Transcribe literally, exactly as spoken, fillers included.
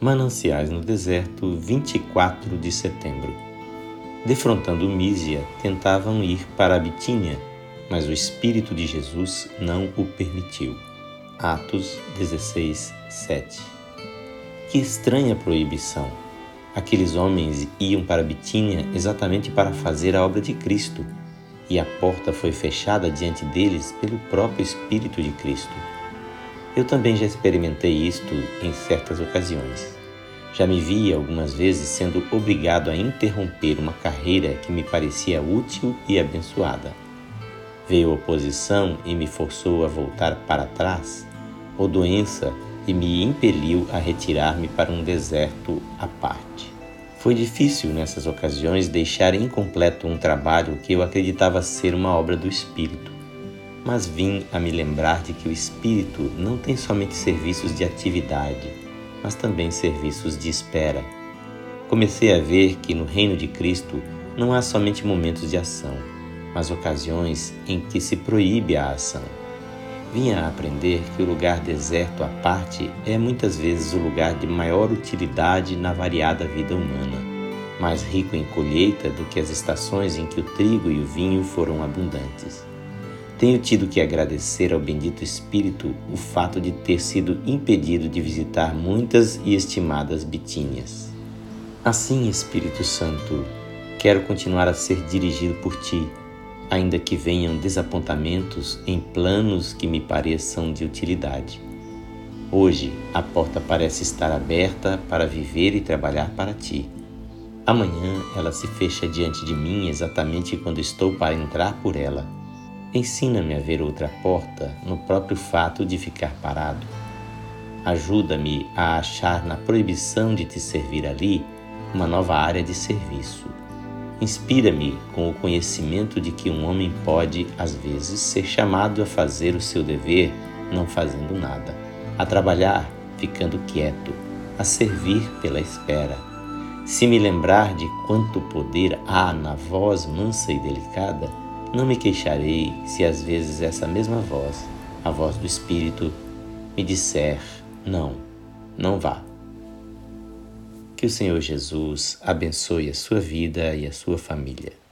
Mananciais no deserto, vinte e quatro de setembro. Defrontando Mísia, tentavam ir para a Bitínia, mas o Espírito de Jesus não o permitiu. Atos dezesseis, sete. Que estranha proibição! Aqueles homens iam para a Bitínia exatamente para fazer a obra de Cristo, e a porta foi fechada diante deles pelo próprio Espírito de Cristo. Eu também já experimentei isto em certas ocasiões. Já me vi algumas vezes sendo obrigado a interromper uma carreira que me parecia útil e abençoada. Veio oposição e me forçou a voltar para trás, ou doença e me impeliu a retirar-me para um deserto à parte. Foi difícil nessas ocasiões deixar incompleto um trabalho que eu acreditava ser uma obra do Espírito. Mas vim a me lembrar de que o Espírito não tem somente serviços de atividade, mas também serviços de espera. Comecei a ver que no reino de Cristo não há somente momentos de ação, mas ocasiões em que se proíbe a ação. Vinha a aprender que o lugar deserto à parte é muitas vezes o lugar de maior utilidade na variada vida humana, mais rico em colheita do que as estações em que o trigo e o vinho foram abundantes. Tenho tido que agradecer ao bendito Espírito o fato de ter sido impedido de visitar muitas e estimadas Bitínias. Assim, Espírito Santo, quero continuar a ser dirigido por Ti, ainda que venham desapontamentos em planos que me pareçam de utilidade. Hoje, a porta parece estar aberta para viver e trabalhar para Ti. Amanhã, ela se fecha diante de mim exatamente quando estou para entrar por ela. Ensina-me a ver outra porta no próprio fato de ficar parado. Ajuda-me a achar na proibição de Te servir ali uma nova área de serviço. Inspira-me com o conhecimento de que um homem pode, às vezes, ser chamado a fazer o seu dever não fazendo nada, a trabalhar ficando quieto, a servir pela espera. Se me lembrar de quanto poder há na voz mansa e delicada, não me queixarei se às vezes essa mesma voz, a voz do Espírito, me disser, não, não vá. Que o Senhor Jesus abençoe a sua vida e a sua família.